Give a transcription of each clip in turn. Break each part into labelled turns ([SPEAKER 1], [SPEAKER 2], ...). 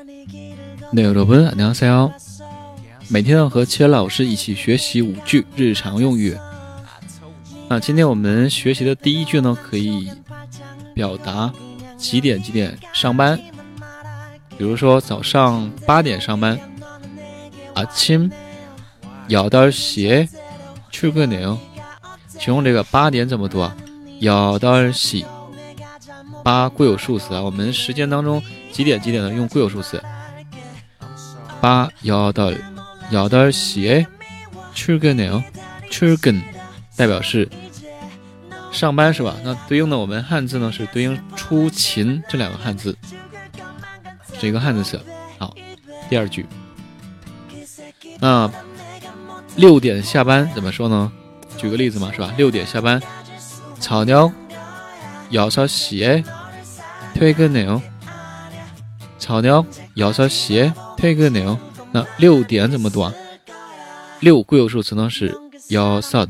[SPEAKER 1] 네 여러분 안녕하세요。每天和切老师一起学习5句日常用语。那今天我们学习的第一句呢，可以表达几点上班。比如说早上8点上班， 아침 8시에 출근해요。 请问这个8点怎么读啊？8시， 8固有数词啊，我们时间当中几点的用固有数词。8시에 출근해요。 출근代表是上班是吧？那对应的我们汉字呢是对应出勤这两个汉字，是一个汉字词。好，第二句，那6点下班怎么说呢？举个例子嘛，是吧？6点下班，저녁 6시에 퇴근해요。 저녁 6시에 퇴근해요。 那6点怎么读啊？6固有数词呢是6，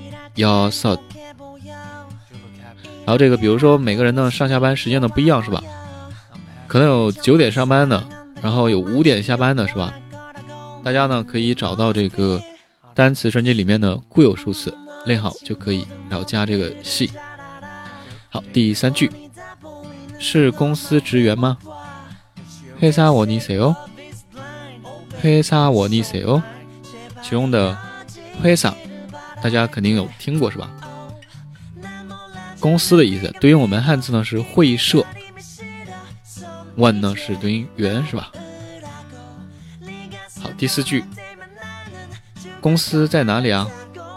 [SPEAKER 1] 然后这个比如说每个人呢上下班时间呢不一样是吧？可能有9点上班的，然后有5点下班的是吧？大家呢可以找到这个单词专辑里面的固有数词，练好就可以，然后加这个系。好，第3句，是公司职员吗？ 회사원이세요？ 회사원이세요？ 其中的회사大家肯定有听过是吧？公司的意思，对应我们汉字呢是会社， 원呢是对应员是吧？好，第4句，公司在哪里啊？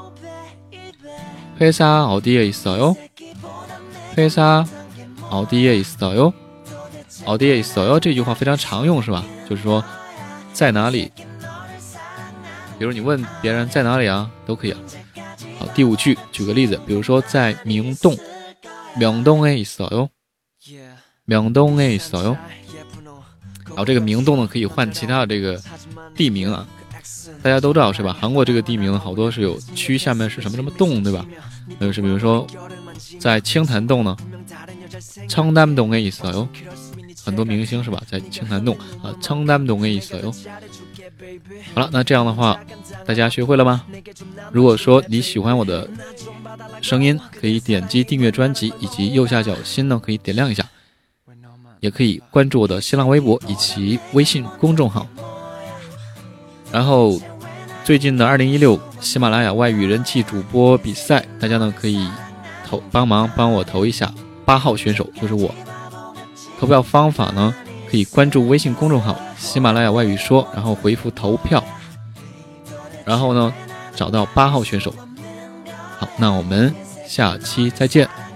[SPEAKER 1] 회사 어디에 있어요？ 회사 어디에 있어요？ 어디에 있어요？ 这句话非常常用是吧？就是说在哪里，比如你问别人在哪里啊，都可以啊。好，第5句，举个例子，比如说在明洞， 명동에 있어요。 명동에 있어요。 好，这个明洞呢可以换其他的这个地名啊，大家都知道是吧？韩国这个地名好多是有区下面是什么洞对吧？就是比如说在青潭洞呢，청담동에 있어요。 很多明星是吧，在青潭洞啊，청담동에 있어요。 好了，那这样的话大家学会了吗？如果说你喜欢我的声音，可以点击订阅专辑，以及右下角心呢可以点亮一下，也可以关注我的新浪微博以及微信公众号。然后最近的2016喜马拉雅外语人气主播比赛，大家呢可以帮我投一下8号选手，就是我。投票方法呢，可以关注微信公众号喜马拉雅外语说，然后回复投票，然后呢找到8号选手。好，那我们下期再见。